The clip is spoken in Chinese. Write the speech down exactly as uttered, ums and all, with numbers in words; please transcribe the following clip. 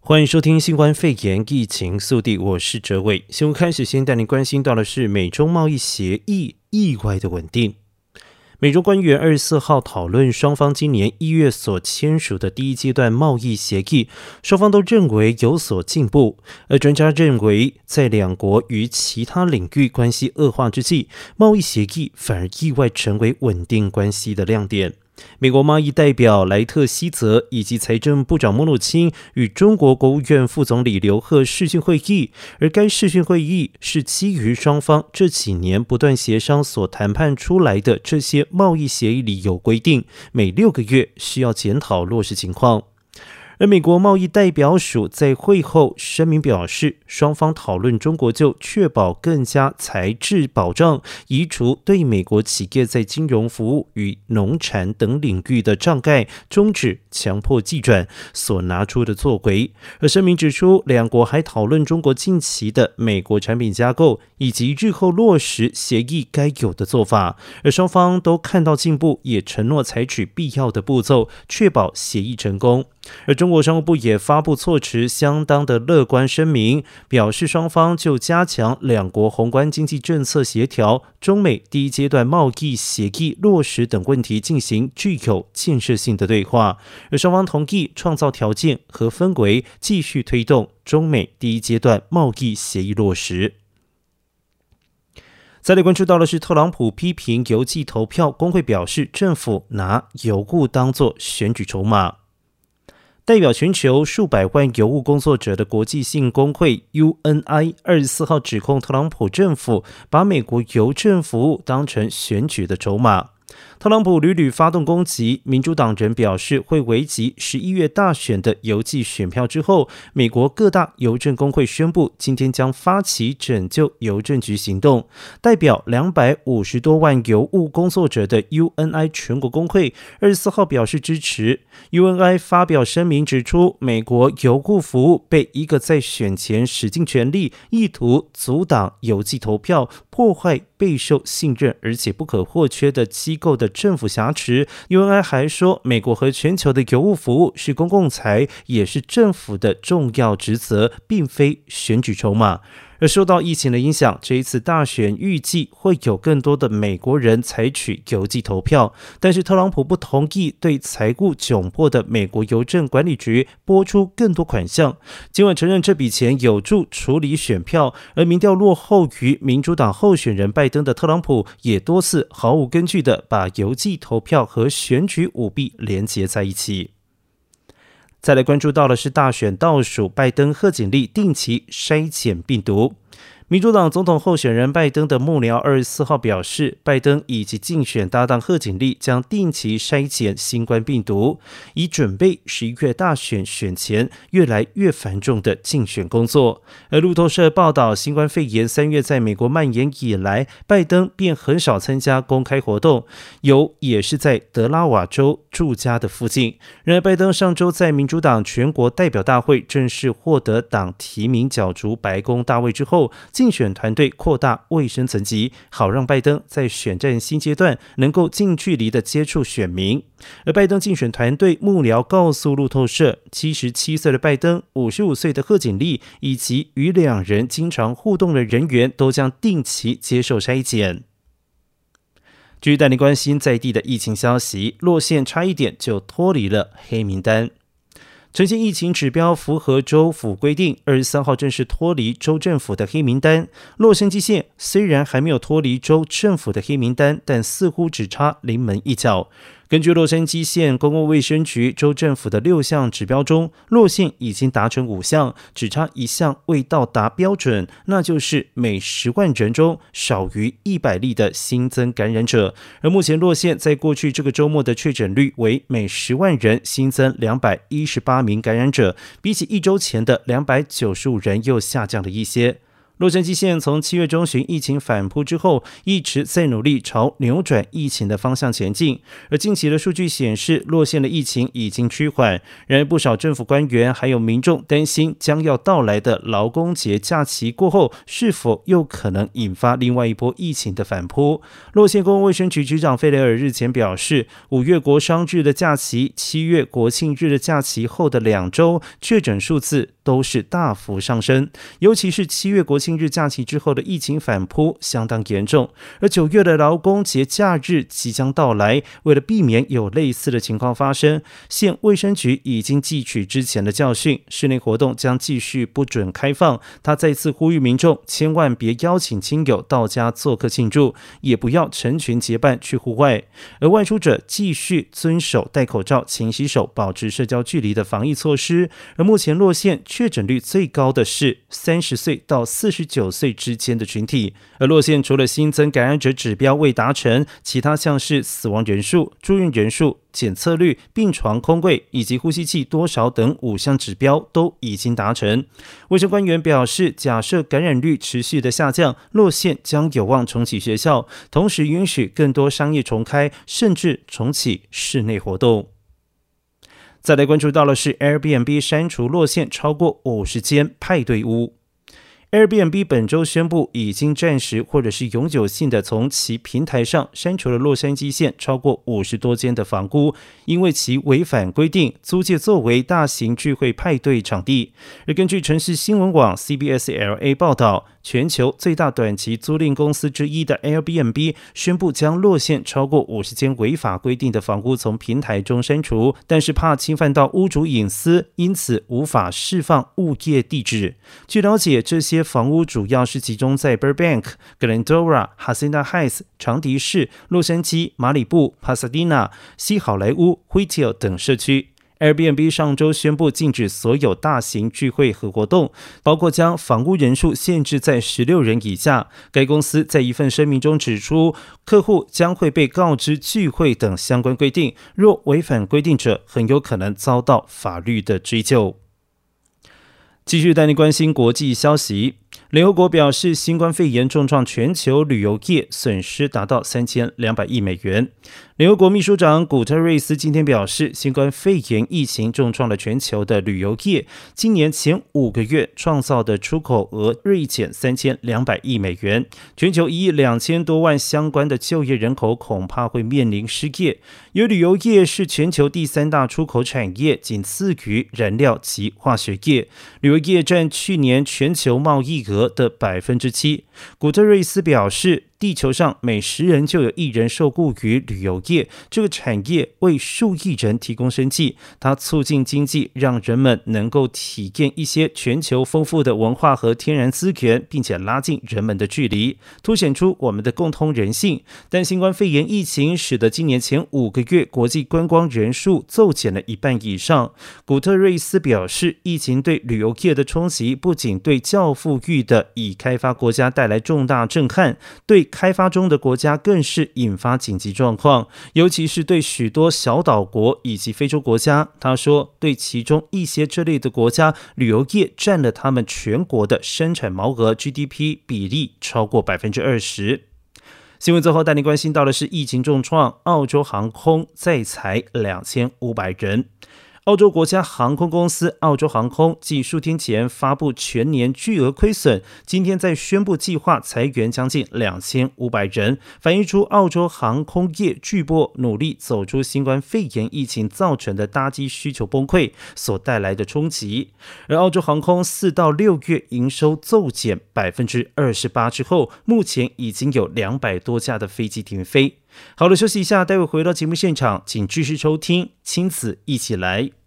欢迎收听新冠肺炎疫情速递，我是哲伟。新闻开始，先带您关心到的是美中贸易协议意外的稳定。美中官员二十四号讨论双方今年一月所签署的第一阶段贸易协议，双方都认为有所进步，而专家认为，在两国与其他领域关系恶化之际，贸易协议反而意外成为稳定关系的亮点。美国贸易代表莱特希泽以及财政部长穆努钦与中国国务院副总理刘鹤视讯会议，而该视讯会议是基于双方这几年不断协商所谈判出来的这些贸易协议里有规定，每六个月需要检讨落实情况。而美国贸易代表署在会后声明表示，双方讨论中国就确保更加财制保障，移除对美国企业在金融服务与农产等领域的障碍，终止强迫技转所拿出的作为。而声明指出，两国还讨论中国近期的美国产品加购以及日后落实协议该有的做法，而双方都看到进步，也承诺采取必要的步骤，确保协议成功。而中国商务部也发布措辞相当的乐观声明，表示双方就加强两国宏观经济政策协调、中美第一阶段贸易协议落实等问题进行具有建设性的对话，而双方同意创造条件和氛围，继续推动中美第一阶段贸易协议落实。再来关注到的是，特朗普批评邮寄投票，工会表示政府拿邮务当作选举筹码。代表全球数百万邮务工作者的国际性工会 U N I 二十四号指控特朗普政府把美国邮政服务当成选举的筹码。特朗普屡屡发动攻击，民主党人表示会危及十一月大选的邮寄选票之后，美国各大邮政工会宣布今天将发起拯救邮政局行动。代表两百五十多万邮务工作者的 U N I 全国工会二十四号表示支持。U N I 发表声明指出，美国邮务服务被一个在选前使尽全力意图阻挡邮寄投票、破坏备受信任而且不可或缺的机构的政府挟持。 U N I 还说，美国和全球的邮务服务是公共财，也是政府的重要职责，并非选举筹码。而受到疫情的影响，这一次大选预计会有更多的美国人采取邮寄投票，但是特朗普不同意对财务窘迫的美国邮政管理局拨出更多款项。尽管承认这笔钱有助处理选票，而民调落后于民主党候选人拜登的特朗普，也多次毫无根据的把邮寄投票和选举舞弊连结在一起。再来关注到的是大选倒数，拜登贺锦丽定期筛检病毒。民主党总统候选人拜登的幕僚二十四号表示，拜登以及竞选搭档贺锦丽将定期筛检新冠病毒，以准备十一月大选选前越来越繁重的竞选工作。而路透社报道，新冠肺炎三月在美国蔓延以来，拜登便很少参加公开活动，有也是在德拉瓦州住家的附近。然而，拜登上周在民主党全国代表大会正式获得党提名角逐白宫大位之后，竞选团队扩大卫生层级，好让拜登在选战新阶段能够近距离的接触选民。而拜登竞选团队幕僚告诉路透社，七十七岁的拜登、五十五岁的贺锦丽以及与两人经常互动的人员都将定期接受筛检。继续带您关心在地的疫情消息，洛县差一点就脱离了黑名单。呈现疫情指标符合州府规定，二十三号正式脱离州政府的黑名单。洛杉矶县虽然还没有脱离州政府的黑名单，但似乎只差临门一脚。根据洛杉矶县公共卫生局州政府的六项指标中，洛县已经达成五项，只差一项未到达标准，那就是每十万人中少于一百例的新增感染者。而目前洛县在过去这个周末的确诊率为每十万人新增两百一十八名感染者，比起一周前的两百九十五人又下降了一些。 洛杉矶县从七月中旬疫情反扑之后，一直在努力朝扭转疫情的方向前进。而近期的数据显示，洛县的疫情已经趋缓。然而，不少政府官员还有民众担心，将要到来的劳工节假期过后，是否又可能引发另外一波疫情的反扑。洛县公共卫生局局长费雷尔日前表示，五月国商日的假期、七月国庆日的假期后的两周，确诊数字都是大幅上升，尤其是七月国庆日假期之后的疫情反扑相当严重，而九月的劳工节假日即将到来，为了避免有类似的情况发生，县卫生局已经汲取之前的教训，室内活动将继续不准开放。他再次呼吁民众千万别邀请亲友到家做客庆祝，也不要成群结伴去户外，而外出者继续遵守戴口罩、勤洗手、保持社交距离的防疫措施。而目前洛县确诊率最高的是三十岁到四十九岁之间的群体，而洛县除了新增感染者指标未达成，其他像是死亡人数、住院人数、检测率、病床空柜以及呼吸器多少等五项指标都已经达成。卫生官员表示，假设感染率持续的下降，洛县将有望重启学校，同时允许更多商业重开，甚至重启室内活动。再来关注到的是 Airbnb 删除洛县超过五十间派对屋。Airbnb 本周宣布，已经暂时或者是永久性的从其平台上删除了洛杉矶县超过五十多间的房屋，因为其违反规定租借作为大型聚会派对场地。而根据城市新闻网 C B S L A 报道，全球最大短期租赁公司之一的 Airbnb 宣布将洛县超过五十间违法规定的房屋从平台中删除，但是怕侵犯到屋主隐私，因此无法释放物业地址。据了解，这些房屋主要是集中在 Burbank、Glendora、Hacienda Heights、长迪市、洛杉矶、马里布、Pasadena、西好莱坞、Whittier 等社区。Airbnb 上周宣布禁止所有大型聚会和活动，包括将房屋人数限制在十六人以下。该公司在一份声明中指出，客户将会被告知聚会等相关规定，若违反规定者，很有可能遭到法律的追究。继续带你关心国际消息。联合国表示，新冠肺炎重创全球旅游业，损失达到三千两百亿美元。联合国秘书长古特瑞斯今天表示，新冠肺炎疫情重创了全球的旅游业，今年前五个月创造的出口额锐减三千两百亿美元，全球一亿两千多万相关的就业人口恐怕会面临失业。由旅游业是全球第三大出口产业，仅次于燃料及化学业。旅游业占去年全球贸易额的百分之七。古特瑞斯表示，地球上每十人就有一人受雇于旅游业，这个产业为数亿人提供生计，它促进经济，让人们能够体验一些全球丰富的文化和天然资源，并且拉近人们的距离，凸显出我们的共通人性。但新冠肺炎疫情使得今年前五个月国际观光人数骤减了一半以上。古特瑞斯表示，疫情对旅游业的冲击不仅对较富裕的已开发国家带来重大震撼，对开发中的国家更是引发紧急状况，尤其是对许多小岛国以及非洲国家。他说，对其中一些这类的国家，旅游业占了他们全国的生产毛额 G D P 比例超过 百分之二十。新闻最后带你关心到的是，疫情重创，澳洲航空再裁两千五百人。澳洲国家航空公司澳洲航空继数天前发布全年巨额亏损，今天再宣布计划裁员将近两千五百人，反映出澳洲航空业巨波努力走出新冠肺炎疫情造成的搭机需求崩溃所带来的冲击。而澳洲航空四到六月营收骤减 百分之二十八 之后，目前已经有两百多架的飞机停飞。好了，休息一下，待会回到节目现场，请继续收听亲子一起来。